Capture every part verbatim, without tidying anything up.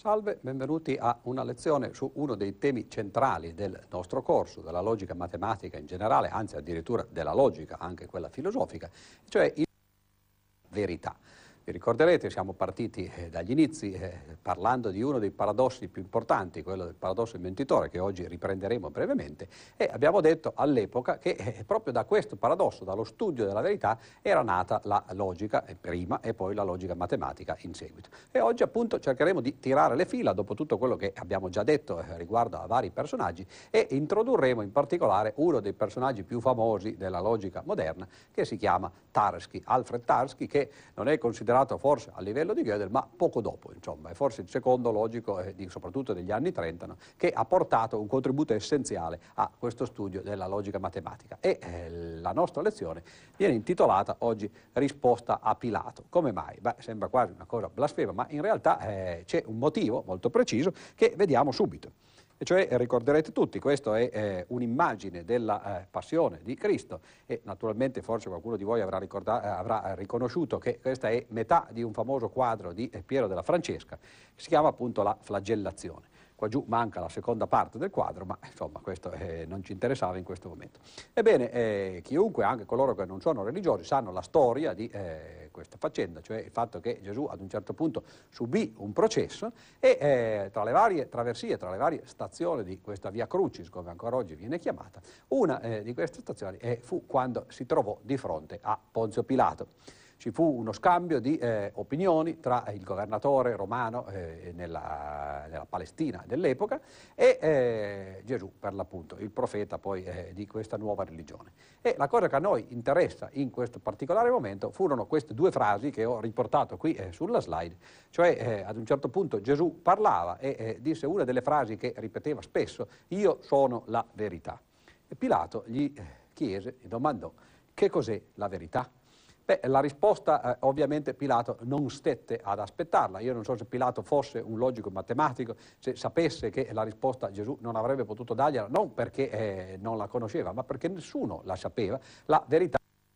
Salve, benvenuti a una lezione su uno dei temi centrali del nostro corso, della logica matematica in generale, anzi addirittura della logica, anche quella filosofica, cioè il verità. Vi ricorderete, siamo partiti eh, dagli inizi eh, parlando di uno dei paradossi più importanti, quello del paradosso inventitore, che oggi riprenderemo brevemente, e abbiamo detto all'epoca che eh, proprio da questo paradosso, dallo studio della verità, era nata la logica eh, prima e poi la logica matematica in seguito. E oggi appunto cercheremo di tirare le fila, dopo tutto quello che abbiamo già detto eh, riguardo a vari personaggi, e introdurremo in particolare uno dei personaggi più famosi della logica moderna, che si chiama Tarski, Alfred Tarski, che non è considerato forse a livello di Gödel, ma poco dopo, insomma, è forse il secondo logico, eh, di, soprattutto degli anni trenta, no, che ha portato un contributo essenziale a questo studio della logica matematica. E eh, la nostra lezione viene intitolata oggi Risposta a Pilato. Come mai? Beh, sembra quasi una cosa blasfema, ma in realtà eh, c'è un motivo molto preciso che vediamo subito. E cioè, ricorderete tutti, questa è eh, un'immagine della eh, passione di Cristo e naturalmente forse qualcuno di voi avrà, ricordato, eh, avrà riconosciuto che questa è metà di un famoso quadro di eh, Piero della Francesca, che si chiama appunto La flagellazione. Qua giù manca la seconda parte del quadro, ma insomma questo eh, non ci interessava in questo momento. Ebbene, eh, chiunque, anche coloro che non sono religiosi, sanno la storia di eh, questa faccenda, cioè il fatto che Gesù ad un certo punto subì un processo e eh, tra le varie traversie, tra le varie stazioni di questa Via Crucis, come ancora oggi viene chiamata, una eh, di queste stazioni eh, fu quando si trovò di fronte a Ponzio Pilato. Ci fu uno scambio di eh, opinioni tra il governatore romano eh, nella, nella Palestina dell'epoca e eh, Gesù, per l'appunto, il profeta poi eh, di questa nuova religione. E la cosa che a noi interessa in questo particolare momento furono queste due frasi che ho riportato qui eh, sulla slide, cioè eh, ad un certo punto Gesù parlava e eh, disse una delle frasi che ripeteva spesso: io sono la verità. E Pilato gli chiese, gli domandò: che cos'è la verità? Beh, la risposta eh, ovviamente Pilato non stette ad aspettarla. Io non so se Pilato fosse un logico matematico, se sapesse che la risposta Gesù non avrebbe potuto dargliela, non perché eh, non la conosceva, ma perché nessuno la sapeva. La verità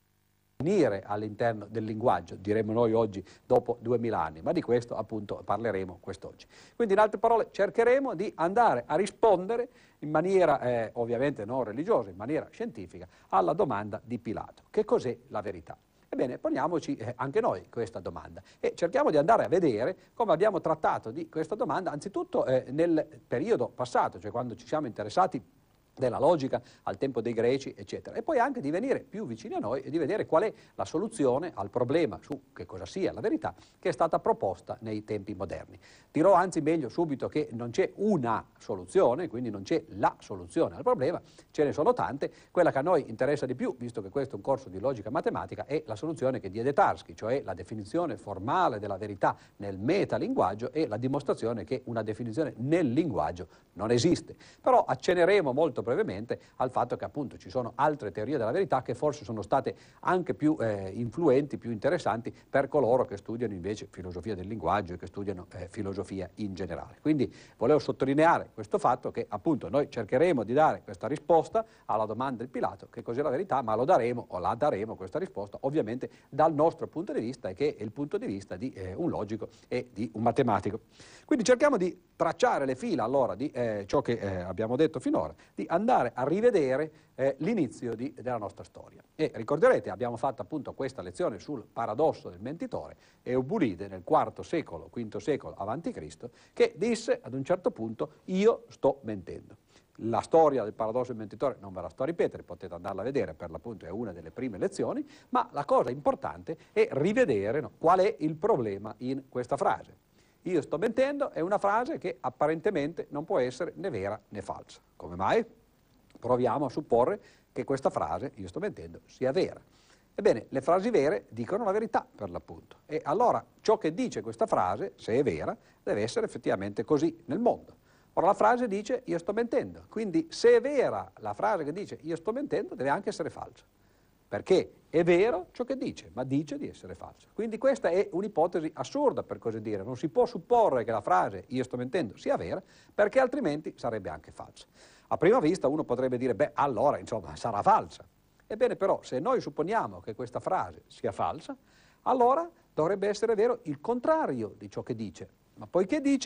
venire all'interno del linguaggio, diremmo noi oggi dopo duemila anni, ma di questo appunto parleremo quest'oggi. Quindi in altre parole cercheremo di andare a rispondere in maniera eh, ovviamente non religiosa, in maniera scientifica, alla domanda di Pilato: che cos'è la verità? Ebbene, poniamoci eh, anche noi questa domanda e cerchiamo di andare a vedere come abbiamo trattato di questa domanda, anzitutto eh, nel periodo passato, cioè quando ci siamo interessati della logica al tempo dei greci, eccetera, e poi anche di venire più vicini a noi e di vedere qual è la soluzione al problema su che cosa sia la verità che è stata proposta nei tempi moderni. Dirò anzi meglio subito che non c'è una soluzione, quindi non c'è la soluzione al problema, ce ne sono tante. Quella che a noi interessa di più, visto che questo è un corso di logica matematica, è la soluzione che diede Tarski, cioè la definizione formale della verità nel metalinguaggio e la dimostrazione che una definizione nel linguaggio non esiste. Però accenneremo molto brevemente al fatto che appunto ci sono altre teorie della verità che forse sono state anche più eh, influenti, più interessanti per coloro che studiano invece filosofia del linguaggio e che studiano eh, filosofia in generale. Quindi volevo sottolineare questo fatto che appunto noi cercheremo di dare questa risposta alla domanda di Pilato: che cos'è la verità, ma lo daremo o la daremo questa risposta ovviamente dal nostro punto di vista, e che è il punto di vista di eh, un logico e di un matematico. Quindi cerchiamo di tracciare le fila allora di eh, ciò che eh, abbiamo detto finora, di andare a rivedere eh, l'inizio di, della nostra storia. E ricorderete, abbiamo fatto appunto questa lezione sul paradosso del mentitore, Eubulide nel quarto secolo, quinto secolo avanti Cristo, che disse ad un certo punto: io sto mentendo. La storia del paradosso del mentitore non ve la sto a ripetere, potete andarla a vedere, per l'appunto è una delle prime lezioni, ma la cosa importante è rivedere no, qual è il problema in questa frase. Io sto mentendo è una frase che apparentemente non può essere né vera né falsa. Come mai? Proviamo a supporre che questa frase, io sto mentendo, sia vera. Ebbene, le frasi vere dicono la verità, per l'appunto. E allora ciò che dice questa frase, se è vera, deve essere effettivamente così nel mondo. Ora la frase dice io sto mentendo, quindi se è vera la frase che dice io sto mentendo, deve anche essere falsa. Perché è vero ciò che dice, ma dice di essere falso. Quindi questa è un'ipotesi assurda, per così dire. Non si può supporre che la frase io sto mentendo sia vera, perché altrimenti sarebbe anche falsa. A prima vista uno potrebbe dire, beh, allora, insomma, sarà falsa. Ebbene però, se noi supponiamo che questa frase sia falsa, allora dovrebbe essere vero il contrario di ciò che dice. Ma poiché dice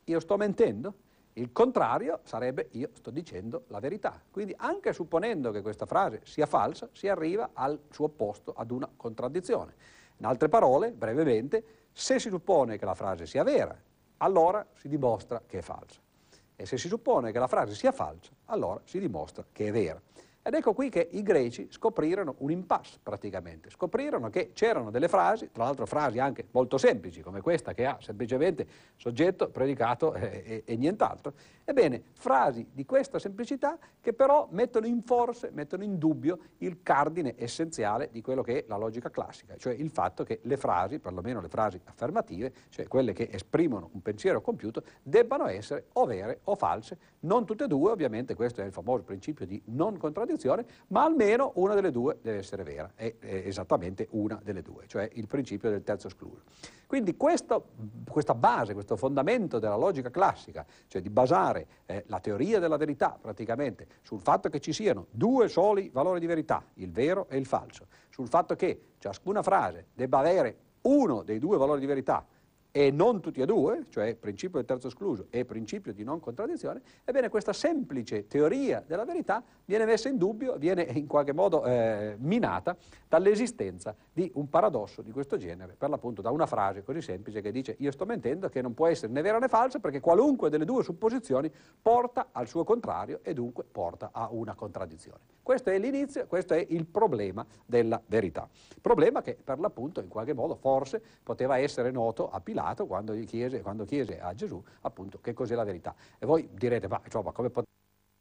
io sto mentendo? Il contrario sarebbe io sto dicendo la verità. Quindi anche supponendo che questa frase sia falsa, si arriva al suo opposto, ad una contraddizione. In altre parole, brevemente, se si suppone che la frase sia vera, allora si dimostra che è falsa. E se si suppone che la frase sia falsa, allora si dimostra che è vera. Ed ecco qui che i greci scoprirono un impasse praticamente, scoprirono che c'erano delle frasi, tra l'altro frasi anche molto semplici come questa che ha semplicemente soggetto, predicato e, e, e nient'altro. Ebbene, frasi di questa semplicità che però mettono in forse, mettono in dubbio il cardine essenziale di quello che è la logica classica, cioè il fatto che le frasi, perlomeno le frasi affermative, cioè quelle che esprimono un pensiero compiuto, debbano essere o vere o false, non tutte e due, ovviamente questo è il famoso principio di non contraddizione, ma almeno una delle due deve essere vera, è, è esattamente una delle due, cioè il principio del terzo escluso. Quindi questo, questa base, questo fondamento della logica classica, cioè di basare eh, la teoria della verità praticamente sul fatto che ci siano due soli valori di verità, il vero e il falso, sul fatto che ciascuna frase debba avere uno dei due valori di verità e non tutti e due, cioè principio del terzo escluso e principio di non contraddizione, ebbene questa semplice teoria della verità viene messa in dubbio, viene in qualche modo eh, minata dall'esistenza di un paradosso di questo genere, per l'appunto da una frase così semplice che dice io sto mentendo, che non può essere né vera né falsa perché qualunque delle due supposizioni porta al suo contrario e dunque porta a una contraddizione. Questo è l'inizio, questo è il problema della verità. Problema che per l'appunto in qualche modo forse poteva essere noto a Pilato quando gli chiese, quando chiese a Gesù appunto che cos'è la verità. E voi direte, ma insomma come potete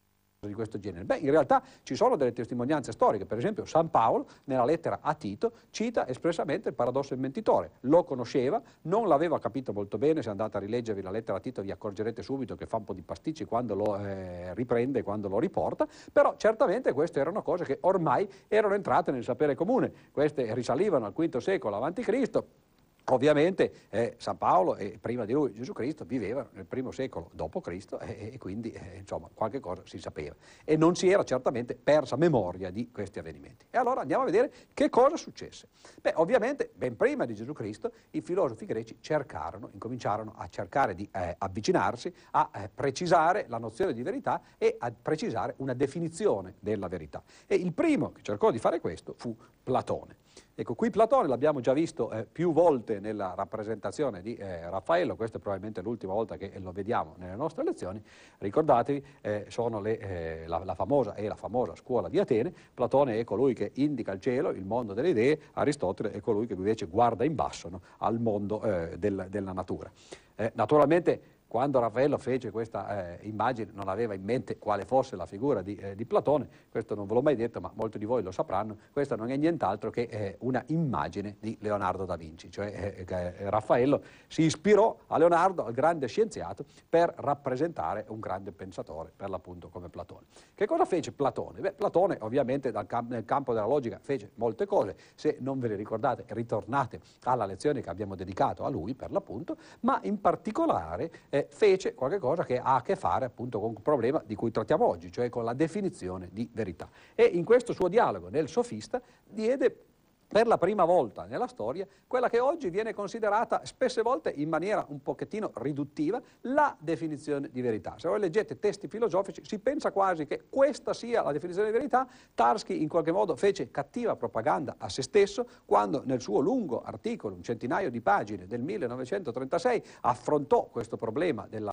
di questo genere? Beh, in realtà ci sono delle testimonianze storiche, per esempio San Paolo nella lettera a Tito cita espressamente il paradosso del mentitore, lo conosceva, non l'aveva capito molto bene, se andate a rileggervi la lettera a Tito vi accorgerete subito che fa un po' di pasticci quando lo eh, riprende, quando lo riporta, però certamente queste erano cose che ormai erano entrate nel sapere comune, queste risalivano al quinto secolo avanti Cristo. Ovviamente eh, San Paolo e prima di lui Gesù Cristo vivevano nel primo secolo dopo Cristo e, e quindi eh, insomma qualche cosa si sapeva e non si era certamente persa memoria di questi avvenimenti. E allora andiamo a vedere che cosa successe. Beh, ovviamente ben prima di Gesù Cristo i filosofi greci cercarono, incominciarono a cercare di eh, avvicinarsi a eh, precisare la nozione di verità e a precisare una definizione della verità. E il primo che cercò di fare questo fu Platone. Ecco, qui Platone l'abbiamo già visto eh, più volte nella rappresentazione di eh, Raffaello, questa è probabilmente l'ultima volta che lo vediamo nelle nostre lezioni, ricordatevi, eh, sono le, eh, la, la famosa e la famosa scuola di Atene, Platone è colui che indica il cielo, il mondo delle idee, Aristotele è colui che invece guarda in basso, no, al mondo eh, del, della natura. Eh, naturalmente quando Raffaello fece questa eh, immagine non aveva in mente quale fosse la figura di, eh, di Platone, questo non ve l'ho mai detto ma molti di voi lo sapranno, questa non è nient'altro che eh, una immagine di Leonardo da Vinci, cioè eh, eh, Raffaello si ispirò a Leonardo, al grande scienziato, per rappresentare un grande pensatore, per l'appunto come Platone. Che cosa fece Platone? Beh, Platone ovviamente dal cam- nel campo della logica fece molte cose, se non ve le ricordate ritornate alla lezione che abbiamo dedicato a lui per l'appunto, ma in particolare eh, fece qualche cosa che ha a che fare appunto con il problema di cui trattiamo oggi, cioè con la definizione di verità. E in questo suo dialogo nel Sofista diede per la prima volta nella storia quella che oggi viene considerata spesse volte in maniera un pochettino riduttiva la definizione di verità. Se voi leggete testi filosofici si pensa quasi che questa sia la definizione di verità. Tarski in qualche modo fece cattiva propaganda a se stesso quando nel suo lungo articolo, un centinaio di pagine del millenovecentotrentasei, affrontò questo problema della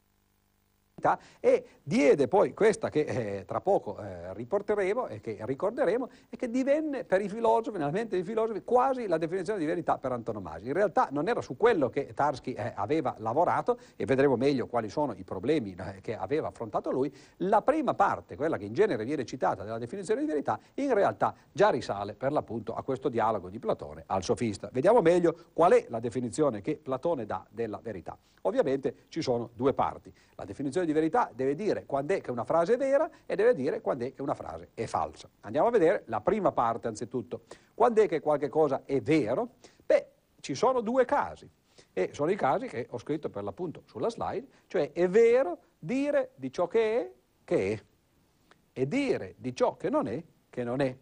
e diede poi questa che eh, tra poco eh, riporteremo e che ricorderemo e che divenne per i filosofi, nella mente dei filosofi, quasi la definizione di verità per antonomasia. In realtà non era su quello che Tarski eh, aveva lavorato e vedremo meglio quali sono i problemi eh, che aveva affrontato lui. La prima parte, quella che in genere viene citata della definizione di verità, in realtà già risale per l'appunto a questo dialogo di Platone al Sofista. Vediamo meglio qual è la definizione che Platone dà della verità. Ovviamente ci sono due parti. La definizione di verità deve dire quando è che una frase è vera e deve dire quando è che una frase è falsa. Andiamo a vedere la prima parte anzitutto. Quando è che qualche cosa è vero? Beh, ci sono due casi e sono i casi che ho scritto per l'appunto sulla slide, cioè è vero dire di ciò che è, che è, e dire di ciò che non è, che non è.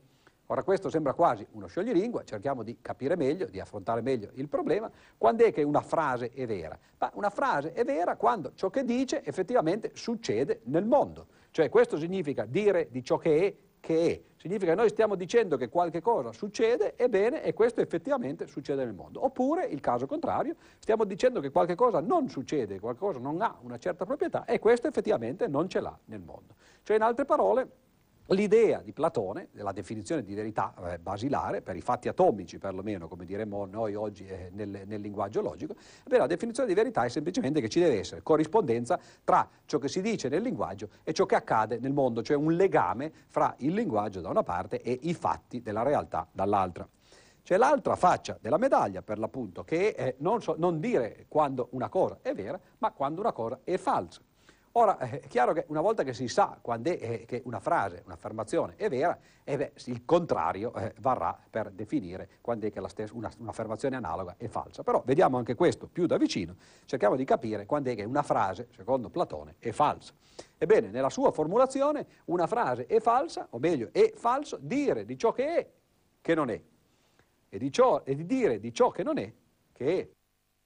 Ora questo sembra quasi uno scioglilingua, cerchiamo di capire meglio, di affrontare meglio il problema. Quando è che una frase è vera? Ma una frase è vera quando ciò che dice effettivamente succede nel mondo. Cioè questo significa dire di ciò che è, che è. Significa che noi stiamo dicendo che qualche cosa succede, ebbene, e questo effettivamente succede nel mondo. Oppure, il caso contrario, stiamo dicendo che qualche cosa non succede, qualcosa non ha una certa proprietà, e questo effettivamente non ce l'ha nel mondo. Cioè, in altre parole, l'idea di Platone, della definizione di verità eh, basilare, per i fatti atomici perlomeno, come diremmo noi oggi eh, nel, nel linguaggio logico, beh, la definizione di verità è semplicemente che ci deve essere corrispondenza tra ciò che si dice nel linguaggio e ciò che accade nel mondo, cioè un legame fra il linguaggio da una parte e i fatti della realtà dall'altra. C'è l'altra faccia della medaglia, per l'appunto, che è eh, non, so, non dire quando una cosa è vera, ma quando una cosa è falsa. Ora, è chiaro che una volta che si sa quando è eh, che una frase, un'affermazione è vera, eh beh, il contrario eh, varrà per definire quando è che la stessa, una, un'affermazione analoga è falsa. Però vediamo anche questo più da vicino, cerchiamo di capire quando è che una frase, secondo Platone, è falsa. Ebbene, nella sua formulazione, una frase è falsa, o meglio, è falso dire di ciò che è, che non è, e di, ciò, e di dire di ciò che non è, che è.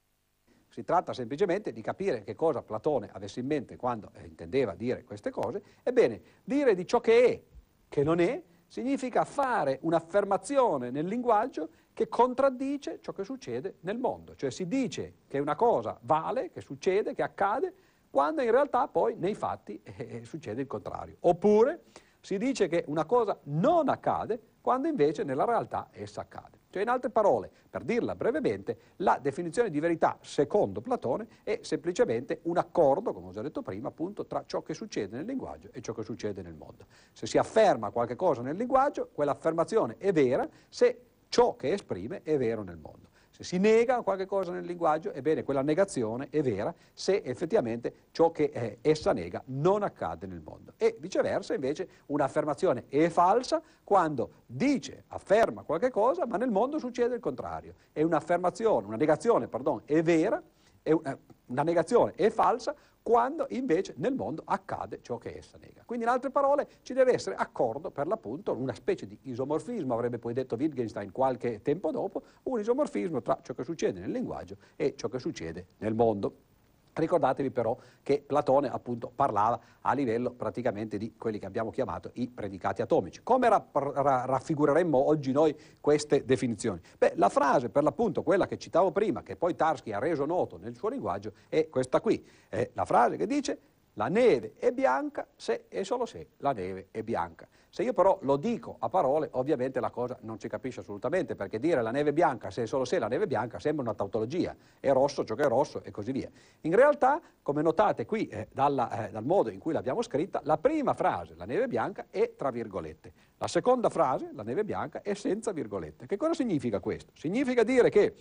Si tratta semplicemente di capire che cosa Platone avesse in mente quando eh, intendeva dire queste cose. Ebbene, dire di ciò che è, che non è, significa fare un'affermazione nel linguaggio che contraddice ciò che succede nel mondo. Cioè si dice che una cosa vale, che succede, che accade, quando in realtà poi nei fatti eh, succede il contrario. Oppure si dice che una cosa non accade, quando invece nella realtà essa accade. Cioè, in altre parole, per dirla brevemente, la definizione di verità, secondo Platone, è semplicemente un accordo, come ho già detto prima, appunto, tra ciò che succede nel linguaggio e ciò che succede nel mondo. Se si afferma qualche cosa nel linguaggio, quell'affermazione è vera se ciò che esprime è vero nel mondo. Se si nega qualche cosa nel linguaggio, ebbene quella negazione è vera se effettivamente ciò che eh, essa nega non accade nel mondo. E viceversa, invece, un'affermazione è falsa quando dice, afferma qualche cosa, ma nel mondo succede il contrario. E un'affermazione, una negazione, pardon, è vera, è una, una negazione è falsa quando invece nel mondo accade ciò che essa nega. Quindi in altre parole ci deve essere accordo, per l'appunto, una specie di isomorfismo, avrebbe poi detto Wittgenstein qualche tempo dopo, un isomorfismo tra ciò che succede nel linguaggio e ciò che succede nel mondo. Ricordatevi però che Platone appunto parlava a livello praticamente di quelli che abbiamo chiamato i predicati atomici. Come ra- ra- raffigureremmo oggi noi queste definizioni? Beh, la frase per l'appunto, quella che citavo prima, che poi Tarski ha reso noto nel suo linguaggio, è questa qui. È la frase che dice: la neve è bianca se e solo se la neve è bianca. Se io però lo dico a parole, ovviamente la cosa non si capisce assolutamente, perché dire la neve è bianca se e solo se la neve è bianca sembra una tautologia, è rosso ciò che è rosso e così via. In realtà, come notate qui eh, dalla, eh, dal modo in cui l'abbiamo scritta, la prima frase, la neve è bianca, è tra virgolette. La seconda frase, la neve è bianca, è senza virgolette. Che cosa significa questo? Significa dire che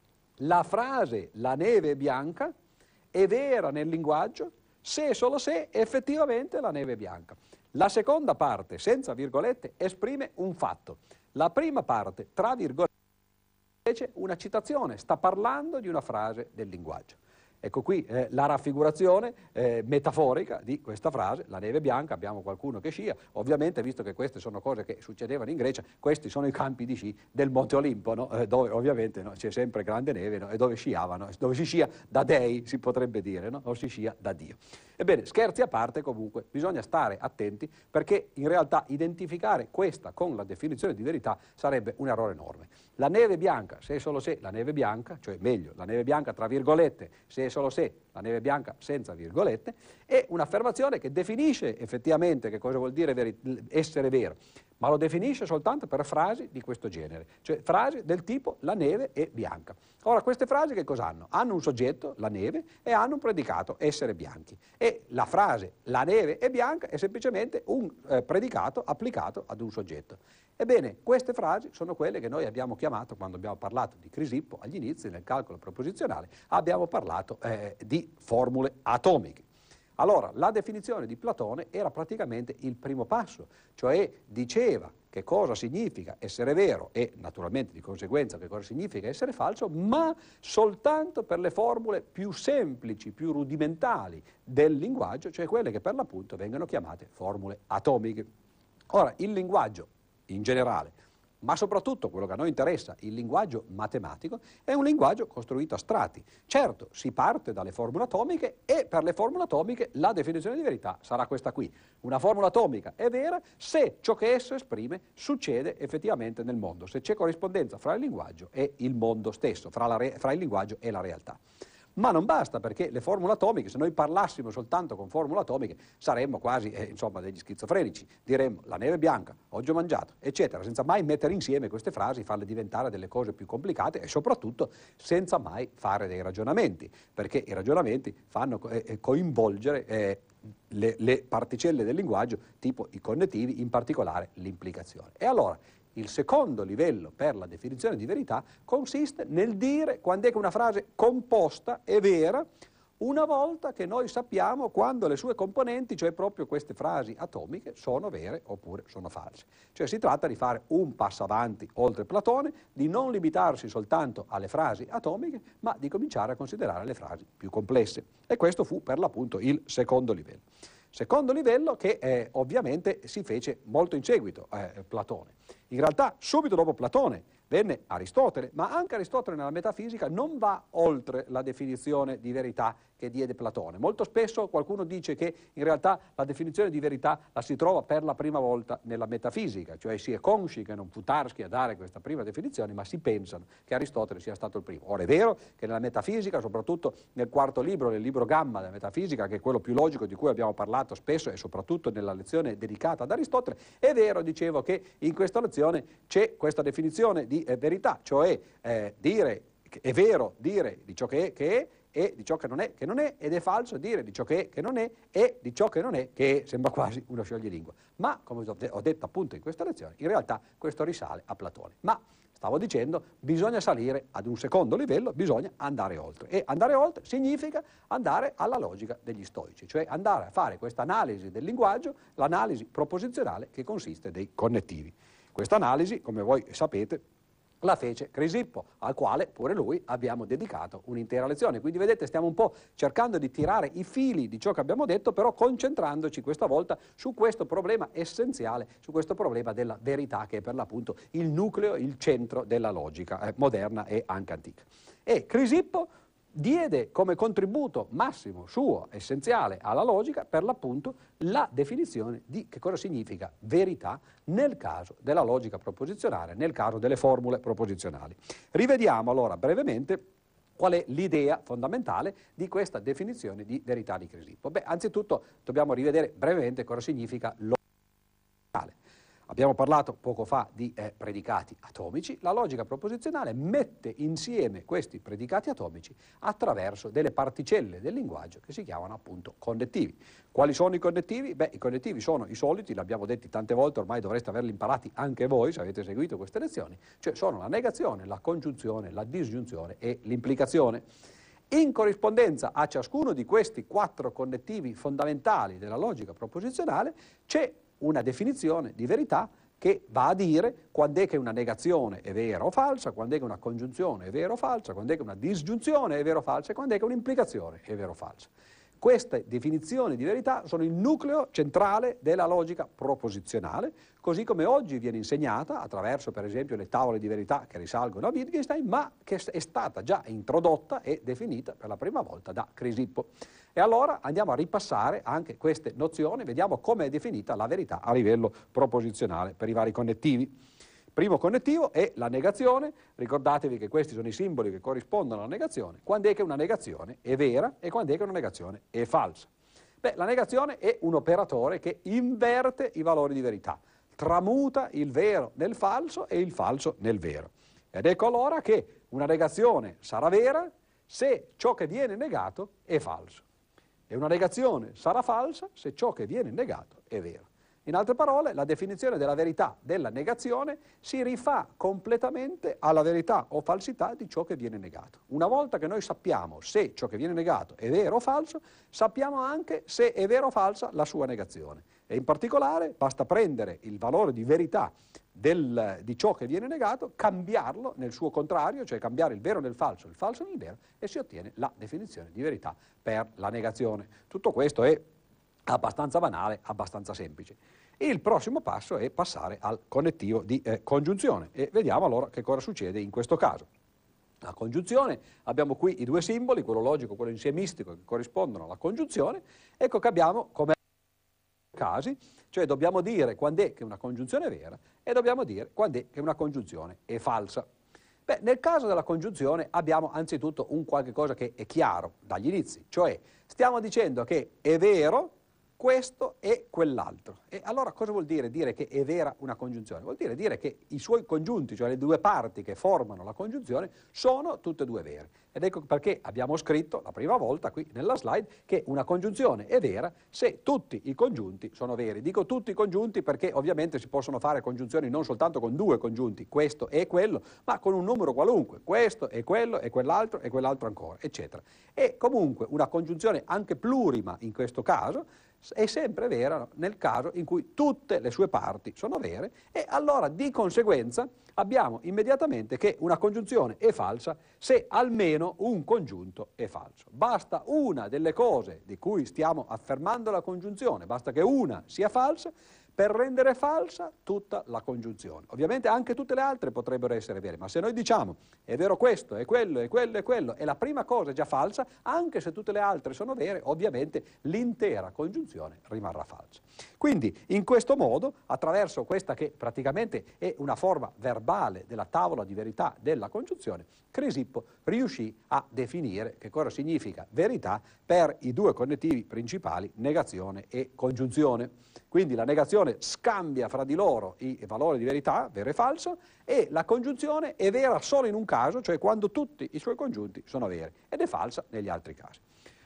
la frase la neve è bianca è vera nel linguaggio se e solo se effettivamente la neve è bianca. La seconda parte, senza virgolette, esprime un fatto. La prima parte, tra virgolette, invece una citazione, sta parlando di una frase del linguaggio. Ecco qui eh, la raffigurazione eh, metaforica di questa frase, la neve bianca, abbiamo qualcuno che scia, ovviamente visto che queste sono cose che succedevano in Grecia, questi sono i campi di sci del Monte Olimpo, no? eh, dove ovviamente no, c'è sempre grande neve, no? E dove sciavano, dove si scia da dei, si potrebbe dire, no? O si scia da Dio. Ebbene, scherzi a parte comunque, bisogna stare attenti perché in realtà identificare questa con la definizione di verità sarebbe un errore enorme. La neve bianca, se e solo se la neve bianca, cioè meglio, la neve bianca tra virgolette, se e solo se la neve bianca senza virgolette, è un'affermazione che definisce effettivamente che cosa vuol dire veri- essere vero, ma lo definisce soltanto per frasi di questo genere, cioè frasi del tipo la neve è bianca. Ora, queste frasi che cosa hanno? Hanno un soggetto, la neve, e hanno un predicato, essere bianchi. E la frase la neve è bianca è semplicemente un eh, predicato applicato ad un soggetto. Ebbene, queste frasi sono quelle che noi abbiamo chiamato, quando abbiamo parlato di Crisippo agli inizi nel calcolo proposizionale, abbiamo parlato eh, di formule atomiche. Allora, la definizione di Platone era praticamente il primo passo, cioè diceva che cosa significa essere vero e naturalmente di conseguenza che cosa significa essere falso, ma soltanto per le formule più semplici, più rudimentali del linguaggio, cioè quelle che per l'appunto vengono chiamate formule atomiche. Ora, il linguaggio in generale ma soprattutto quello che a noi interessa, il linguaggio matematico, è un linguaggio costruito a strati. Certo, si parte dalle formule atomiche e per le formule atomiche la definizione di verità sarà questa qui. Una formula atomica è vera se ciò che esso esprime succede effettivamente nel mondo, se c'è corrispondenza fra il linguaggio e il mondo stesso, fra, la re- fra il linguaggio e la realtà. Ma non basta, perché le formule atomiche, se noi parlassimo soltanto con formule atomiche, saremmo quasi eh, insomma, degli schizofrenici. Diremmo la neve è bianca, oggi ho mangiato, eccetera, senza mai mettere insieme queste frasi, farle diventare delle cose più complicate e soprattutto senza mai fare dei ragionamenti, perché i ragionamenti fanno eh, coinvolgere eh, le, le particelle del linguaggio, tipo i connettivi, in particolare l'implicazione. E allora, il secondo livello per la definizione di verità consiste nel dire quando è che una frase composta è vera, una volta che noi sappiamo quando le sue componenti, cioè proprio queste frasi atomiche, sono vere oppure sono false. Cioè si tratta di fare un passo avanti oltre Platone, di non limitarsi soltanto alle frasi atomiche, ma di cominciare a considerare le frasi più complesse. E questo fu per l'appunto il secondo livello. Secondo livello che eh, ovviamente si fece molto in seguito a eh, Platone. In realtà subito dopo Platone venne Aristotele, ma anche Aristotele nella metafisica non va oltre la definizione di verità che diede Platone. Molto spesso qualcuno dice che in realtà la definizione di verità la si trova per la prima volta nella metafisica, cioè si è consci che non fu Tarski a dare questa prima definizione, ma si pensano che Aristotele sia stato il primo. Ora è vero che nella metafisica, soprattutto nel quarto libro, nel libro Gamma della metafisica, che è quello più logico di cui abbiamo parlato spesso e soprattutto nella lezione dedicata ad Aristotele, è vero, dicevo, che in questa lezione c'è questa definizione di eh, verità, cioè eh, dire che è vero dire di ciò che è che è e di ciò che non è che non è, ed è falso dire di ciò che è che non è e di ciò che non è che è. Sembra quasi uno scioglilingua, ma come ho detto appunto in questa lezione, in realtà questo risale a Platone. Ma stavo dicendo, bisogna salire ad un secondo livello, bisogna andare oltre, e andare oltre significa andare alla logica degli stoici, cioè andare a fare questa analisi del linguaggio, l'analisi proposizionale che consiste dei connettivi. Questa analisi, come voi sapete, la fece Crisippo, al quale pure lui abbiamo dedicato un'intera lezione. Quindi vedete, stiamo un po' cercando di tirare i fili di ciò che abbiamo detto, però concentrandoci questa volta su questo problema essenziale, su questo problema della verità, che è per l'appunto il nucleo, il centro della logica eh, moderna e anche antica. E Crisippo diede come contributo massimo suo, essenziale alla logica, per l'appunto la definizione di che cosa significa verità nel caso della logica proposizionale, nel caso delle formule proposizionali. Rivediamo allora brevemente qual è l'idea fondamentale di questa definizione di verità di Crisippo. Beh, anzitutto dobbiamo rivedere brevemente cosa significa logica. Abbiamo parlato poco fa di eh, predicati atomici. La logica proposizionale mette insieme questi predicati atomici attraverso delle particelle del linguaggio che si chiamano appunto connettivi. Quali sono i connettivi? Beh, i connettivi sono i soliti, li abbiamo detti tante volte, ormai dovreste averli imparati anche voi se avete seguito queste lezioni, cioè sono la negazione, la congiunzione, la disgiunzione e l'implicazione. In corrispondenza a ciascuno di questi quattro connettivi fondamentali della logica proposizionale c'è una definizione di verità che va a dire quando è che una negazione è vera o falsa, quando è che una congiunzione è vera o falsa, quando è che una disgiunzione è vera o falsa e quando è che un'implicazione è vera o falsa. Queste definizioni di verità sono il nucleo centrale della logica proposizionale, così come oggi viene insegnata attraverso per esempio le tavole di verità che risalgono a Wittgenstein, ma che è stata già introdotta e definita per la prima volta da Crisippo. E allora andiamo a ripassare anche queste nozioni, vediamo come è definita la verità a livello proposizionale per i vari connettivi. Primo connettivo è la negazione. Ricordatevi che questi sono i simboli che corrispondono alla negazione. Quando è che una negazione è vera e quando è che una negazione è falsa? Beh, la negazione è un operatore che inverte i valori di verità, tramuta il vero nel falso e il falso nel vero. Ed ecco allora che una negazione sarà vera se ciò che viene negato è falso. E una negazione sarà falsa se ciò che viene negato è vero. In altre parole, la definizione della verità della negazione si rifà completamente alla verità o falsità di ciò che viene negato. Una volta che noi sappiamo se ciò che viene negato è vero o falso, sappiamo anche se è vera o falsa la sua negazione. E in particolare basta prendere il valore di verità del, di ciò che viene negato, cambiarlo nel suo contrario, cioè cambiare il vero nel falso, il falso nel vero, e si ottiene la definizione di verità per la negazione. Tutto questo è abbastanza banale, abbastanza semplice. Il prossimo passo è passare al connettivo di eh, congiunzione e vediamo allora che cosa succede in questo caso. La congiunzione, abbiamo qui i due simboli, quello logico e quello insiemistico, che corrispondono alla congiunzione. Ecco che abbiamo come casi, cioè dobbiamo dire quando è che una congiunzione è vera e dobbiamo dire quando è che una congiunzione è falsa. Beh, nel caso della congiunzione abbiamo anzitutto un qualche cosa che è chiaro dagli inizi, cioè stiamo dicendo che è vero questo e quell'altro. E allora cosa vuol dire dire che è vera una congiunzione? Vuol dire dire che i suoi congiunti, cioè le due parti che formano la congiunzione, sono tutte e due vere. Ed ecco perché abbiamo scritto la prima volta qui nella slide che una congiunzione è vera se tutti i congiunti sono veri. Dico tutti i congiunti perché ovviamente si possono fare congiunzioni non soltanto con due congiunti, questo e quello, ma con un numero qualunque, questo e quello e quell'altro e quell'altro ancora, eccetera. E comunque una congiunzione anche plurima in questo caso è sempre vera nel caso in cui tutte le sue parti sono vere e allora di conseguenza abbiamo immediatamente che una congiunzione è falsa se almeno un congiunto è falso. Basta una delle cose di cui stiamo affermando la congiunzione, basta che una sia falsa per rendere falsa tutta la congiunzione. Ovviamente anche tutte le altre potrebbero essere vere, ma se noi diciamo è vero questo, è quello, è quello, è quello, e la prima cosa è già falsa, anche se tutte le altre sono vere, ovviamente l'intera congiunzione rimarrà falsa. Quindi in questo modo, attraverso questa che praticamente è una forma verbale della tavola di verità della congiunzione, Crisippo riuscì a definire che cosa significa verità per i due connettivi principali, negazione e congiunzione. Quindi la negazione scambia fra di loro i valori di verità, vero e falso, e la congiunzione è vera solo in un caso, cioè quando tutti i suoi congiunti sono veri, ed è falsa negli altri casi.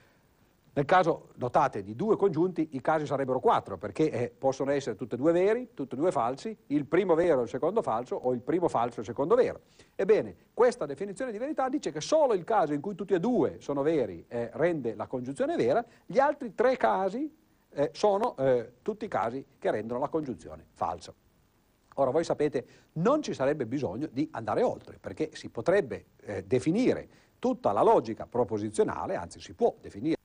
Nel caso, notate, di due congiunti i casi sarebbero quattro, perché eh, possono essere tutti e due veri, tutti e due falsi, il primo vero e il secondo falso, o il primo falso e il secondo vero. Ebbene, questa definizione di verità dice che solo il caso in cui tutti e due sono veri eh, rende la congiunzione vera, gli altri tre casi eh, sono eh, tutti i casi che rendono la congiunzione falsa. Ora, voi sapete, non ci sarebbe bisogno di andare oltre, perché si potrebbe eh, definire tutta la logica proposizionale, anzi si può definire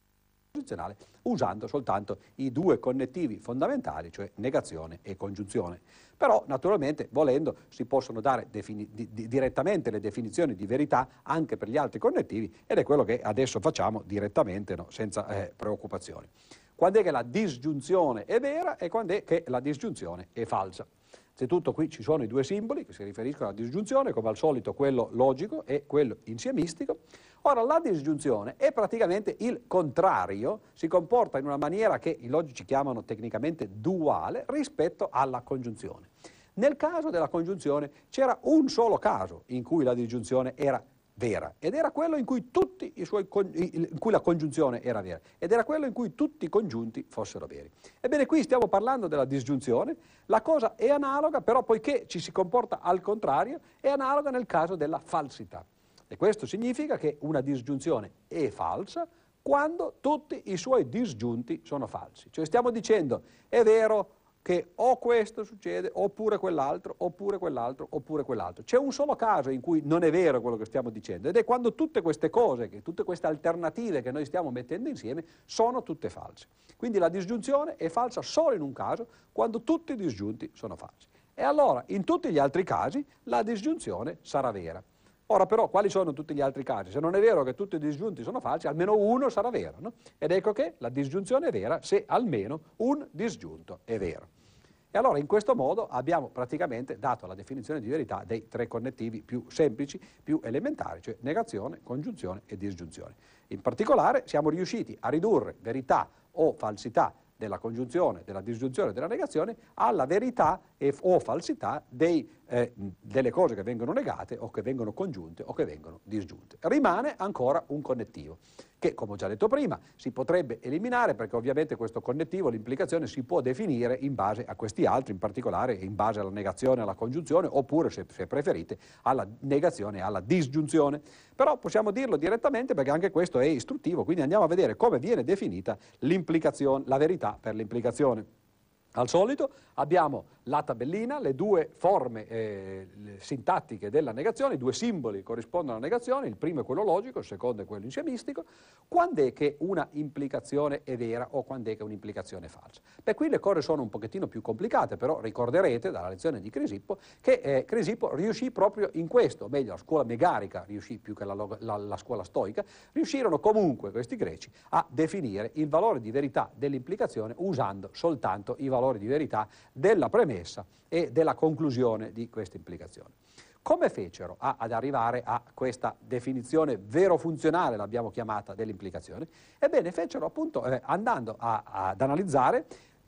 usando soltanto i due connettivi fondamentali, cioè negazione e congiunzione. Però, naturalmente, volendo, si possono dare di, di, direttamente le definizioni di verità anche per gli altri connettivi, ed è quello che adesso facciamo direttamente, no, senza eh, preoccupazioni. Quando è che la disgiunzione è vera e quando è che la disgiunzione è falsa? Anzitutto qui ci sono i due simboli che si riferiscono alla disgiunzione, come al solito quello logico e quello insiemistico. Ora, la disgiunzione è praticamente il contrario, si comporta in una maniera che i logici chiamano tecnicamente duale rispetto alla congiunzione. Nel caso della congiunzione c'era un solo caso in cui la disgiunzione era vera, ed era quello in cui, tutti i suoi, in cui la congiunzione era vera, ed era quello in cui tutti i congiunti fossero veri. Ebbene, qui stiamo parlando della disgiunzione, la cosa è analoga, però poiché ci si comporta al contrario, è analoga nel caso della falsità. E questo significa che una disgiunzione è falsa quando tutti i suoi disgiunti sono falsi. Cioè stiamo dicendo, è vero che o questo succede, oppure quell'altro, oppure quell'altro, oppure quell'altro. C'è un solo caso in cui non è vero quello che stiamo dicendo, ed è quando tutte queste cose, che tutte queste alternative che noi stiamo mettendo insieme, sono tutte false. Quindi la disgiunzione è falsa solo in un caso, quando tutti i disgiunti sono falsi. E allora, in tutti gli altri casi, la disgiunzione sarà vera. Ora però, quali sono tutti gli altri casi? Se non è vero che tutti i disgiunti sono falsi, almeno uno sarà vero, no? Ed ecco che la disgiunzione è vera se almeno un disgiunto è vero. E allora in questo modo abbiamo praticamente dato la definizione di verità dei tre connettivi più semplici, più elementari, cioè negazione, congiunzione e disgiunzione. In particolare siamo riusciti a ridurre verità o falsità della congiunzione, della disgiunzione e della negazione alla verità e, o falsità dei, eh, delle cose che vengono negate o che vengono congiunte o che vengono disgiunte. Rimane ancora un connettivo che, come ho già detto prima, si potrebbe eliminare perché ovviamente questo connettivo, l'implicazione, si può definire in base a questi altri, in particolare in base alla negazione e alla congiunzione, oppure, se, se preferite, alla negazione e alla disgiunzione. Però possiamo dirlo direttamente perché anche questo è istruttivo, quindi andiamo a vedere come viene definita l'implicazione, la verità per l'implicazione. Al solito abbiamo la tabellina, le due forme eh, le sintattiche della negazione, i due simboli corrispondono alla negazione, il primo è quello logico, il secondo è quello insiemistico. Quando è che una implicazione è vera o quando è che un'implicazione è falsa? Beh, qui le cose sono un pochettino più complicate, però ricorderete dalla lezione di Crisippo che eh, Crisippo riuscì proprio in questo, o meglio la scuola megarica riuscì più che la, la, la scuola stoica, riuscirono comunque questi greci a definire il valore di verità dell'implicazione usando soltanto i valori di verità della premessa e della conclusione di questa implicazione. Come fecero a, ad arrivare a questa definizione vero-funzionale, l'abbiamo chiamata, dell'implicazione? Ebbene, fecero appunto eh, andando a, ad analizzare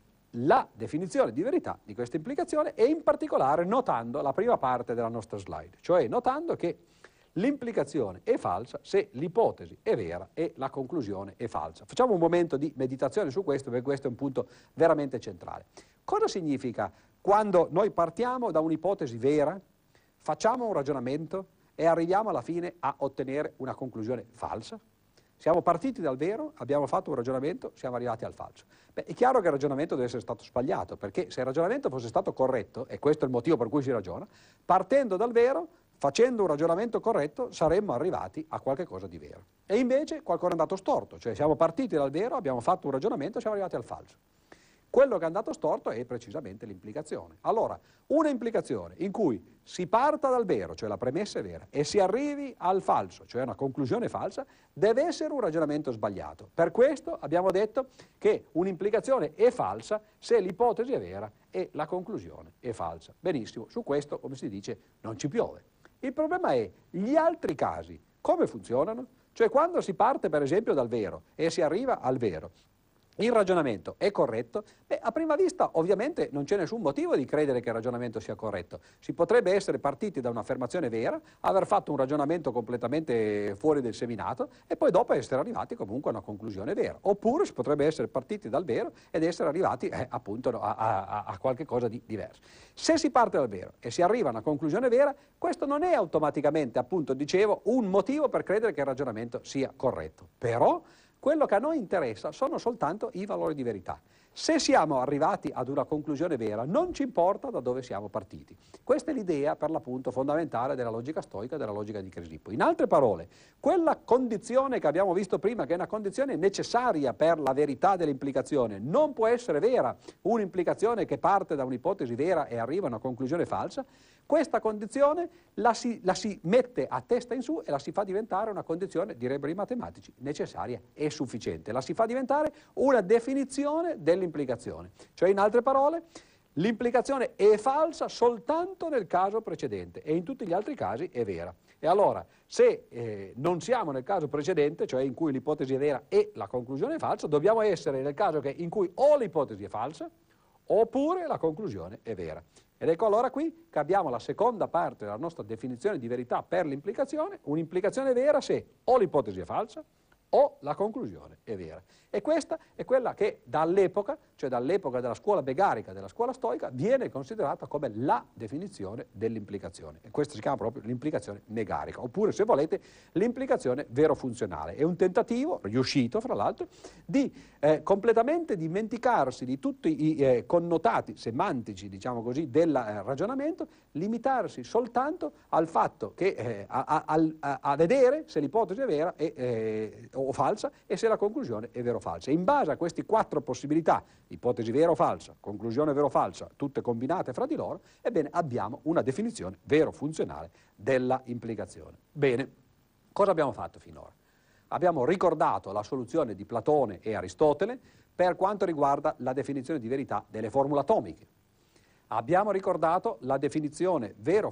la definizione di verità di questa implicazione e in particolare notando la prima parte della nostra slide, cioè notando che l'implicazione è falsa se l'ipotesi è vera e la conclusione è falsa. Facciamo un momento di meditazione su questo, perché questo è un punto veramente centrale. Cosa significa quando noi partiamo da un'ipotesi vera, facciamo un ragionamento e arriviamo alla fine a ottenere una conclusione falsa? Siamo partiti dal vero, abbiamo fatto un ragionamento, siamo arrivati al falso. Beh, è chiaro che il ragionamento deve essere stato sbagliato, perché se il ragionamento fosse stato corretto, e questo è il motivo per cui si ragiona, partendo dal vero, facendo un ragionamento corretto, saremmo arrivati a qualche cosa di vero. E invece qualcosa è andato storto, cioè siamo partiti dal vero, abbiamo fatto un ragionamento, siamo arrivati al falso. Quello che è andato storto è precisamente l'implicazione. Allora, una implicazione in cui si parta dal vero, cioè la premessa è vera, e si arrivi al falso, cioè una conclusione falsa, deve essere un ragionamento sbagliato. Per questo abbiamo detto che un'implicazione è falsa se l'ipotesi è vera e la conclusione è falsa. Benissimo, su questo, come si dice, non ci piove. Il problema è gli altri casi, come funzionano? Cioè quando si parte per esempio dal vero e si arriva al vero, il ragionamento è corretto? Beh, a prima vista ovviamente non c'è nessun motivo di credere che il ragionamento sia corretto. Si potrebbe essere partiti da un'affermazione vera, aver fatto un ragionamento completamente fuori del seminato e poi dopo essere arrivati comunque a una conclusione vera. Oppure si potrebbe essere partiti dal vero ed essere arrivati eh, appunto a, a, a qualche cosa di diverso. Se si parte dal vero e si arriva a una conclusione vera, questo non è automaticamente, appunto dicevo, un motivo per credere che il ragionamento sia corretto. Però quello che a noi interessa sono soltanto i valori di verità. Se siamo arrivati ad una conclusione vera, non ci importa da dove siamo partiti. Questa è l'idea, per l'appunto, fondamentale della logica stoica e della logica di Crisippo. In altre parole, quella condizione che abbiamo visto prima, che è una condizione necessaria per la verità dell'implicazione, non può essere vera un'implicazione che parte da un'ipotesi vera e arriva a una conclusione falsa. Questa condizione la si, la si mette a testa in su e la si fa diventare una condizione, direbbero i matematici, necessaria e sufficiente. La si fa diventare una definizione dell'implicazione. Cioè, in altre parole, l'implicazione è falsa soltanto nel caso precedente e in tutti gli altri casi è vera. E allora, se eh, non siamo nel caso precedente, cioè in cui l'ipotesi è vera e la conclusione è falsa, dobbiamo essere nel caso che, in cui o l'ipotesi è falsa oppure la conclusione è vera. Ed ecco allora qui che abbiamo la seconda parte della nostra definizione di verità per l'implicazione, un'implicazione vera se o l'ipotesi è falsa o la conclusione è vera. E questa è quella che dall'epoca, cioè dall'epoca della scuola megarica, della scuola stoica, viene considerata come la definizione dell'implicazione. E questa si chiama proprio l'implicazione megarica, oppure se volete l'implicazione vero-funzionale. È un tentativo, riuscito fra l'altro, di eh, completamente dimenticarsi di tutti i eh, connotati semantici, diciamo così, del eh, ragionamento, limitarsi soltanto al fatto che eh, a, a, a, a vedere se l'ipotesi è vera e, eh, o falsa e se la conclusione è vero o falsa. In base a queste quattro possibilità, ipotesi vera o falsa, conclusione vero o falsa, tutte combinate fra di loro, ebbene abbiamo una definizione vero-funzionale della implicazione. Bene, cosa abbiamo fatto finora? Abbiamo ricordato la soluzione di Platone e Aristotele per quanto riguarda la definizione di verità delle formule atomiche. Abbiamo ricordato la definizione vero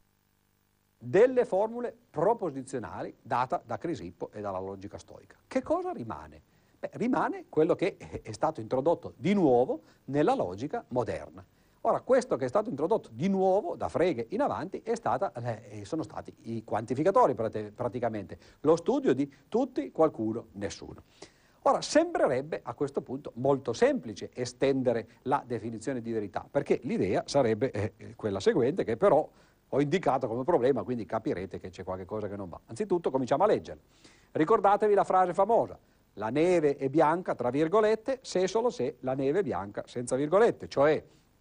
delle formule proposizionali data da Crisippo e dalla logica stoica. Che cosa rimane? Beh, rimane quello che è stato introdotto di nuovo nella logica moderna. Ora, questo che è stato introdotto di nuovo, da Frege in avanti, è stata, eh, sono stati i quantificatori praticamente, lo studio di tutti, qualcuno, nessuno. Ora, sembrerebbe a questo punto molto semplice estendere la definizione di verità, perché l'idea sarebbe eh, quella seguente, che però ho indicato come problema, quindi capirete che c'è qualche cosa che non va. Anzitutto cominciamo a leggere. Ricordatevi la frase famosa: la neve è bianca, tra virgolette, se e solo se la neve è bianca senza virgolette, cioè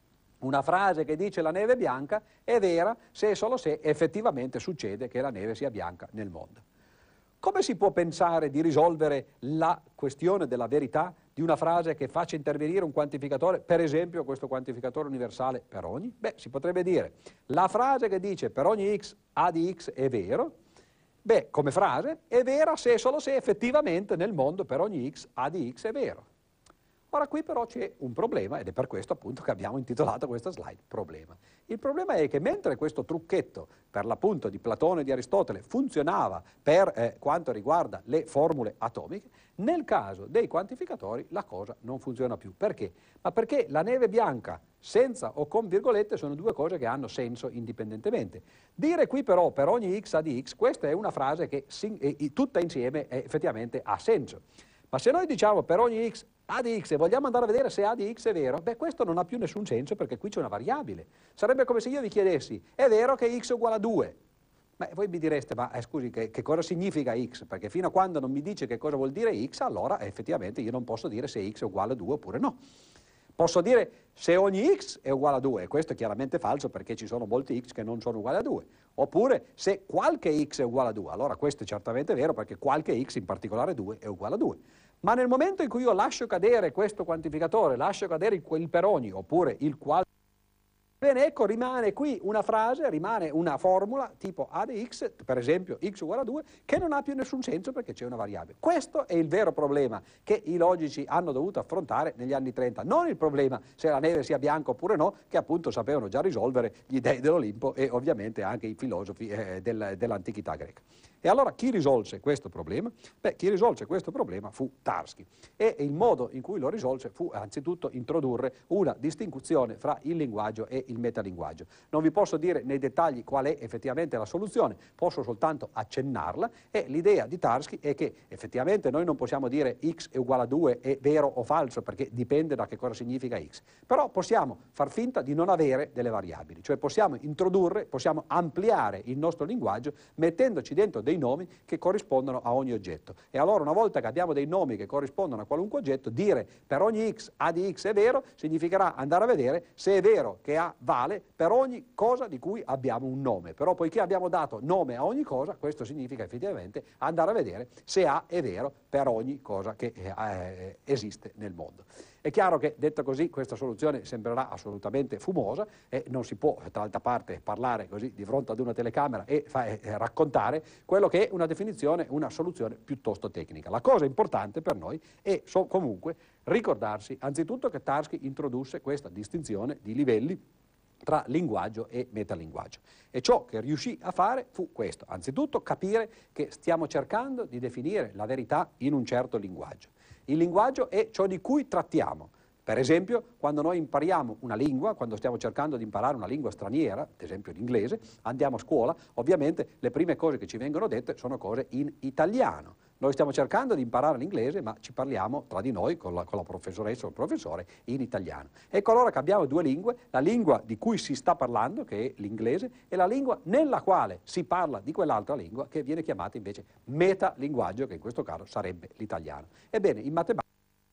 Una frase che dice la neve è bianca è vera se e solo se effettivamente succede che la neve sia bianca nel mondo. Come si può pensare di risolvere la questione della verità di una frase che faccia intervenire un quantificatore, per esempio questo quantificatore universale per ogni? Beh, si potrebbe dire, la frase che dice per ogni x a di x è vero, beh, come frase è vera se e solo se effettivamente nel mondo per ogni x a di x è vero. Ora qui però c'è un problema ed è per questo appunto che abbiamo intitolato questa slide problema. Il problema è che mentre questo trucchetto per l'appunto di Platone e di Aristotele funzionava per eh, quanto riguarda le formule atomiche, nel caso dei quantificatori la cosa non funziona più. Perché? Ma perché la neve bianca senza o con virgolette sono due cose che hanno senso indipendentemente. Dire qui però per ogni x a di x, questa è una frase che sin, eh, tutta insieme eh, effettivamente ha senso. Ma se noi diciamo per ogni x a di x e vogliamo andare a vedere se a di x è vero, beh questo non ha più nessun senso perché qui c'è una variabile. Sarebbe come se io vi chiedessi, è vero che x è uguale a due? Beh, voi mi direste, ma eh, scusi, che, che cosa significa x? Perché fino a quando non mi dice che cosa vuol dire x, allora effettivamente io non posso dire se x è uguale a due oppure no. Posso dire se ogni x è uguale a due, e questo è chiaramente falso perché ci sono molti x che non sono uguali a due, oppure se qualche x è uguale a due, allora questo è certamente vero perché qualche x, in particolare due, è uguale a due. Ma nel momento in cui io lascio cadere questo quantificatore, lascio cadere il, il per ogni, oppure il qual, bene, ecco, rimane qui una frase, rimane una formula tipo a di x, per esempio x uguale a due, che non ha più nessun senso perché c'è una variabile. Questo è il vero problema che i logici hanno dovuto affrontare negli anni trenta, non il problema se la neve sia bianca oppure no, che appunto sapevano già risolvere gli dei dell'Olimpo e ovviamente anche i filosofi eh, del, dell'antichità greca. E allora chi risolse questo problema? Beh, chi risolse questo problema fu Tarski e il modo in cui lo risolse fu anzitutto introdurre una distinzione fra il linguaggio e il metalinguaggio. Non vi posso dire nei dettagli qual è effettivamente la soluzione, posso soltanto accennarla e l'idea di Tarski è che effettivamente noi non possiamo dire x è uguale a due, è vero o falso perché dipende da che cosa significa x, però possiamo far finta di non avere delle variabili, cioè possiamo introdurre, possiamo ampliare il nostro linguaggio mettendoci dentro dei nomi che corrispondono a ogni oggetto. E allora una volta che abbiamo dei nomi che corrispondono a qualunque oggetto, dire per ogni x a di x è vero significherà andare a vedere se è vero che A vale per ogni cosa di cui abbiamo un nome. Però poiché abbiamo dato nome a ogni cosa, questo significa effettivamente andare a vedere se A è vero per ogni cosa che eh, esiste nel mondo. È chiaro che, detto così, questa soluzione sembrerà assolutamente fumosa e non si può, d'altra parte, parlare così di fronte ad una telecamera e fa, eh, raccontare quello che è una definizione, una soluzione piuttosto tecnica. La cosa importante per noi è so, comunque ricordarsi anzitutto che Tarski introdusse questa distinzione di livelli tra linguaggio e metalinguaggio. E ciò che riuscì a fare fu questo, anzitutto capire che stiamo cercando di definire la verità in un certo linguaggio. Il linguaggio è ciò di cui trattiamo. Per esempio, quando noi impariamo una lingua, quando stiamo cercando di imparare una lingua straniera, ad esempio l'inglese, andiamo a scuola, ovviamente le prime cose che ci vengono dette sono cose in italiano. Noi stiamo cercando di imparare l'inglese, ma ci parliamo tra di noi, con la, con la professoressa o il professore, in italiano. Ecco allora che abbiamo due lingue, la lingua di cui si sta parlando, che è l'inglese, e la lingua nella quale si parla di quell'altra lingua, che viene chiamata invece metalinguaggio, che in questo caso sarebbe l'italiano. Ebbene, in matematica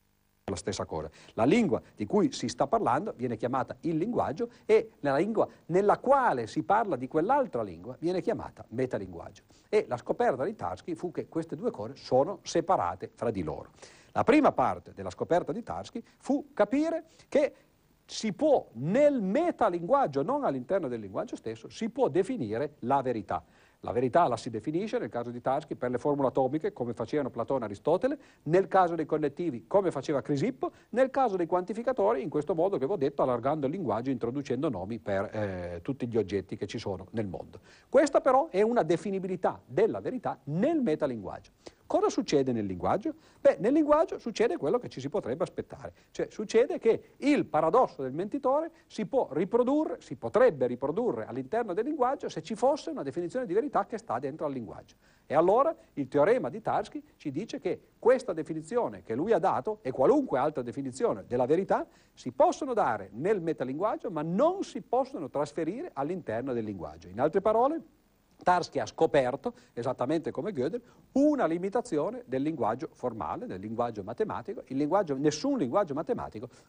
la stessa cosa. La lingua di cui si sta parlando viene chiamata il linguaggio e la lingua nella quale si parla di quell'altra lingua viene chiamata metalinguaggio. E la scoperta di Tarski fu che queste due cose sono separate fra di loro. La prima parte della scoperta di Tarski fu capire che si può nel metalinguaggio, non all'interno del linguaggio stesso, si può definire la verità. La verità la si definisce, nel caso di Tarski, per le formule atomiche, come facevano Platone e Aristotele, nel caso dei connettivi, come faceva Crisippo, nel caso dei quantificatori, in questo modo che vi ho detto, allargando il linguaggio, introducendo nomi per eh, tutti gli oggetti che ci sono nel mondo. Questa però è una definibilità della verità nel metalinguaggio. Cosa succede nel linguaggio? Beh, nel linguaggio succede quello che ci si potrebbe aspettare, cioè succede che il paradosso del mentitore si può riprodurre, si potrebbe riprodurre all'interno del linguaggio se ci fosse una definizione di verità che sta dentro al linguaggio. E allora il teorema di Tarski ci dice che questa definizione che lui ha dato e qualunque altra definizione della verità si possono dare nel metalinguaggio ma non si possono trasferire all'interno del linguaggio. In altre parole, Tarski ha scoperto, esattamente come Gödel, una limitazione del linguaggio formale, del linguaggio matematico. Il linguaggio, nessun linguaggio matematico può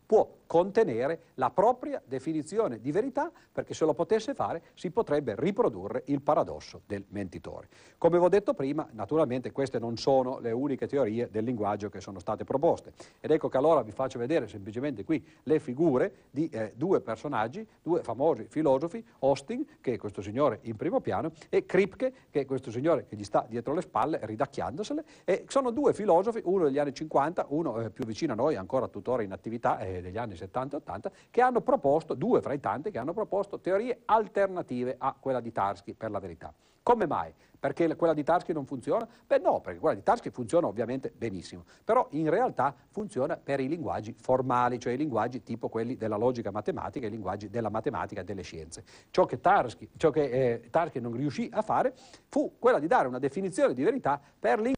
contenere la propria definizione di verità, perché se lo potesse fare si potrebbe riprodurre il paradosso del mentitore. Come vi ho detto prima, naturalmente queste non sono le uniche teorie del linguaggio che sono state proposte, ed ecco che allora vi faccio vedere semplicemente qui le figure di eh, due personaggi, due famosi filosofi, Austin, che è questo signore in primo piano, e Kripke, che è questo signore che gli sta dietro le spalle ridacchiandosele, e sono due filosofi, uno degli anni cinquanta, uno eh, più vicino a noi, ancora tuttora in attività, eh, degli anni settanta ottanta, che hanno proposto, due fra i tanti, che hanno proposto teorie alternative a quella di Tarski per la verità. Come mai? Perché quella di Tarski non funziona? Beh no, perché quella di Tarski funziona ovviamente benissimo, però in realtà funziona per i linguaggi formali, cioè i linguaggi tipo quelli della logica matematica, i linguaggi della matematica e delle scienze. Ciò che Tarski, ciò che, eh, Tarski non riuscì a fare fu quella di dare una definizione di verità per linguaggi,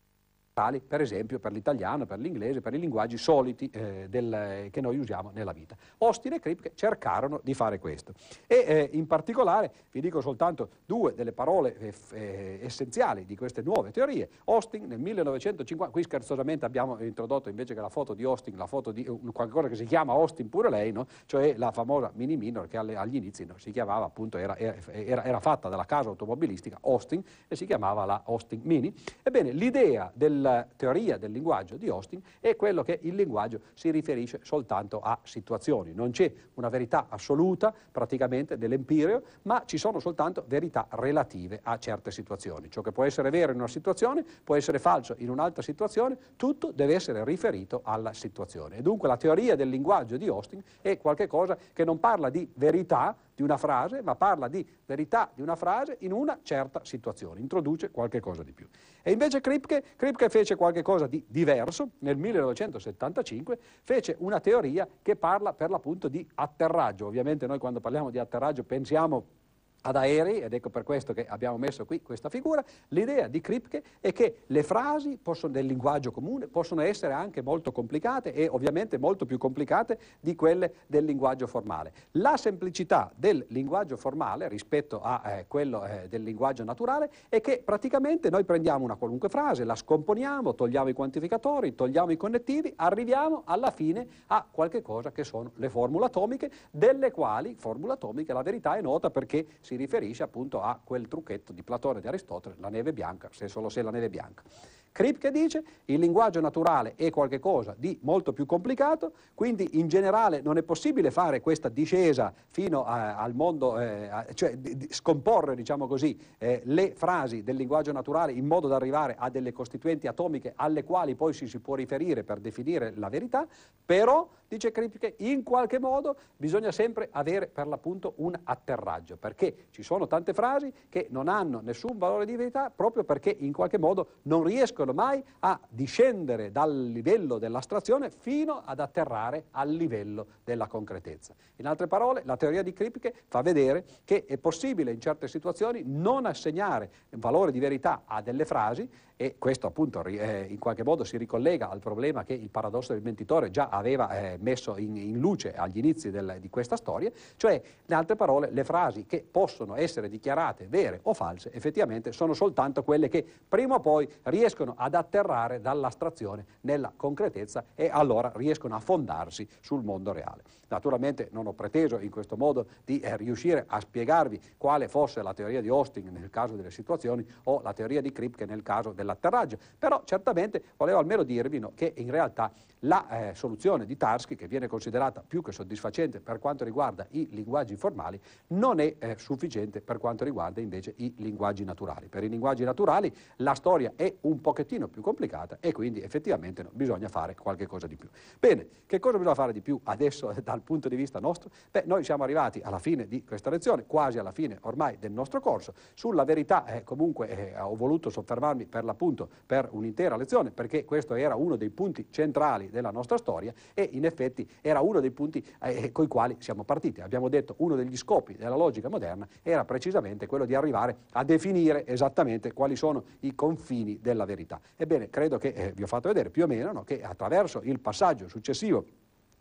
per esempio per l'italiano, per l'inglese, per i linguaggi soliti eh, del, che noi usiamo nella vita. Austin e Kripke cercarono di fare questo, e eh, in particolare vi dico soltanto due delle parole eh, eh, essenziali di queste nuove teorie. Austin nel millenovecentocinquanta, qui scherzosamente abbiamo introdotto invece che la foto di Austin, la foto di uh, qualcosa che si chiama Austin pure lei, no? Cioè la famosa Mini Minor che alle, agli inizi no, si chiamava appunto, era, era, era fatta dalla casa automobilistica Austin e si chiamava la Austin Mini. Ebbene, l'idea del la teoria del linguaggio di Austin è quello che il linguaggio si riferisce soltanto a situazioni. Non c'è una verità assoluta praticamente nell'empirio, ma ci sono soltanto verità relative a certe situazioni. Ciò che può essere vero in una situazione può essere falso in un'altra situazione, tutto deve essere riferito alla situazione. E dunque la teoria del linguaggio di Austin è qualcosa che non parla di verità di una frase, ma parla di verità di una frase in una certa situazione, introduce qualche cosa di più. E invece Kripke, Kripke fece qualche cosa di diverso, nel millenovecentosettantacinque fece una teoria che parla per l'appunto di atterraggio. Ovviamente noi quando parliamo di atterraggio pensiamo ad aerei, ed ecco per questo che abbiamo messo qui questa figura. L'idea di Kripke è che le frasi possono, del linguaggio comune possono essere anche molto complicate e ovviamente molto più complicate di quelle del linguaggio formale. La semplicità del linguaggio formale rispetto a eh, quello eh, del linguaggio naturale è che praticamente noi prendiamo una qualunque frase, la scomponiamo, togliamo i quantificatori, togliamo i connettivi, arriviamo alla fine a qualche cosa che sono le formule atomiche, delle quali, formule atomiche, la verità è nota perché si si riferisce appunto a quel trucchetto di Platone e di Aristotele, la neve bianca, se solo se la neve bianca. Kripke dice il linguaggio naturale è qualcosa di molto più complicato, quindi in generale non è possibile fare questa discesa fino a, al mondo, eh, a, cioè di, di scomporre, diciamo così, eh, le frasi del linguaggio naturale in modo da arrivare a delle costituenti atomiche alle quali poi si, si può riferire per definire la verità, però, dice Kripke, in qualche modo bisogna sempre avere per l'appunto un atterraggio, perché ci sono tante frasi che non hanno nessun valore di verità proprio perché in qualche modo non riescono mai a discendere dal livello dell'astrazione fino ad atterrare al livello della concretezza. In altre parole, la teoria di Kripke fa vedere che è possibile in certe situazioni non assegnare valore di verità a delle frasi, e questo appunto eh, in qualche modo si ricollega al problema che il paradosso del mentitore già aveva eh, messo in, in luce agli inizi del, di questa storia, cioè in altre parole le frasi che possono essere dichiarate vere o false effettivamente sono soltanto quelle che prima o poi riescono ad atterrare dall'astrazione nella concretezza e allora riescono a fondarsi sul mondo reale. Naturalmente non ho preteso in questo modo di eh, riuscire a spiegarvi quale fosse la teoria di Austin nel caso delle situazioni o la teoria di Kripke nel caso dell'atterraggio, però certamente volevo almeno dirvi no, che in realtà la eh, soluzione di Tarski, che viene considerata più che soddisfacente per quanto riguarda i linguaggi formali, non è eh, sufficiente per quanto riguarda invece i linguaggi naturali. Per i linguaggi naturali la storia è un pochettino più complicata e quindi effettivamente no, bisogna fare qualche cosa di più. Bene, che cosa bisogna fare di più adesso eh, dal punto di vista nostro? Beh, noi siamo arrivati alla fine di questa lezione, quasi alla fine ormai del nostro corso. Sulla verità eh, comunque eh, ho voluto soffermarmi per l'appunto per un'intera lezione, perché questo era uno dei punti centrali della nostra storia e in effetti era uno dei punti eh, coi quali siamo partiti. Abbiamo detto uno degli scopi della logica moderna era precisamente quello di arrivare a definire esattamente quali sono i confini della verità. Ebbene, credo che eh, vi ho fatto vedere più o meno no, che attraverso il passaggio successivo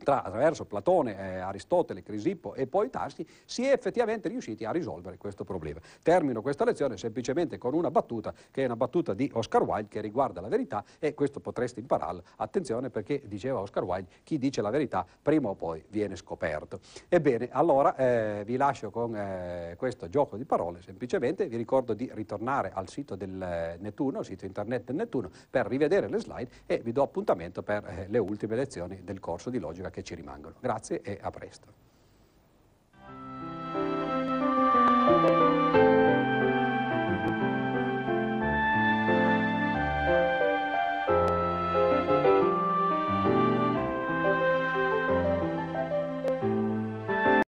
tra, attraverso Platone, eh, Aristotele, Crisippo e poi Tarsi, si è effettivamente riusciti a risolvere questo problema. Termino questa lezione semplicemente con una battuta, che è una battuta di Oscar Wilde, che riguarda la verità, e questo potreste impararlo. Attenzione, perché diceva Oscar Wilde, chi dice la verità prima o poi viene scoperto. Ebbene, allora eh, vi lascio con eh, questo gioco di parole, semplicemente vi ricordo di ritornare al sito del Nettuno, il sito internet del Nettuno, per rivedere le slide, e vi do appuntamento per eh, le ultime lezioni del corso di logica che ci rimangono. Grazie e a presto.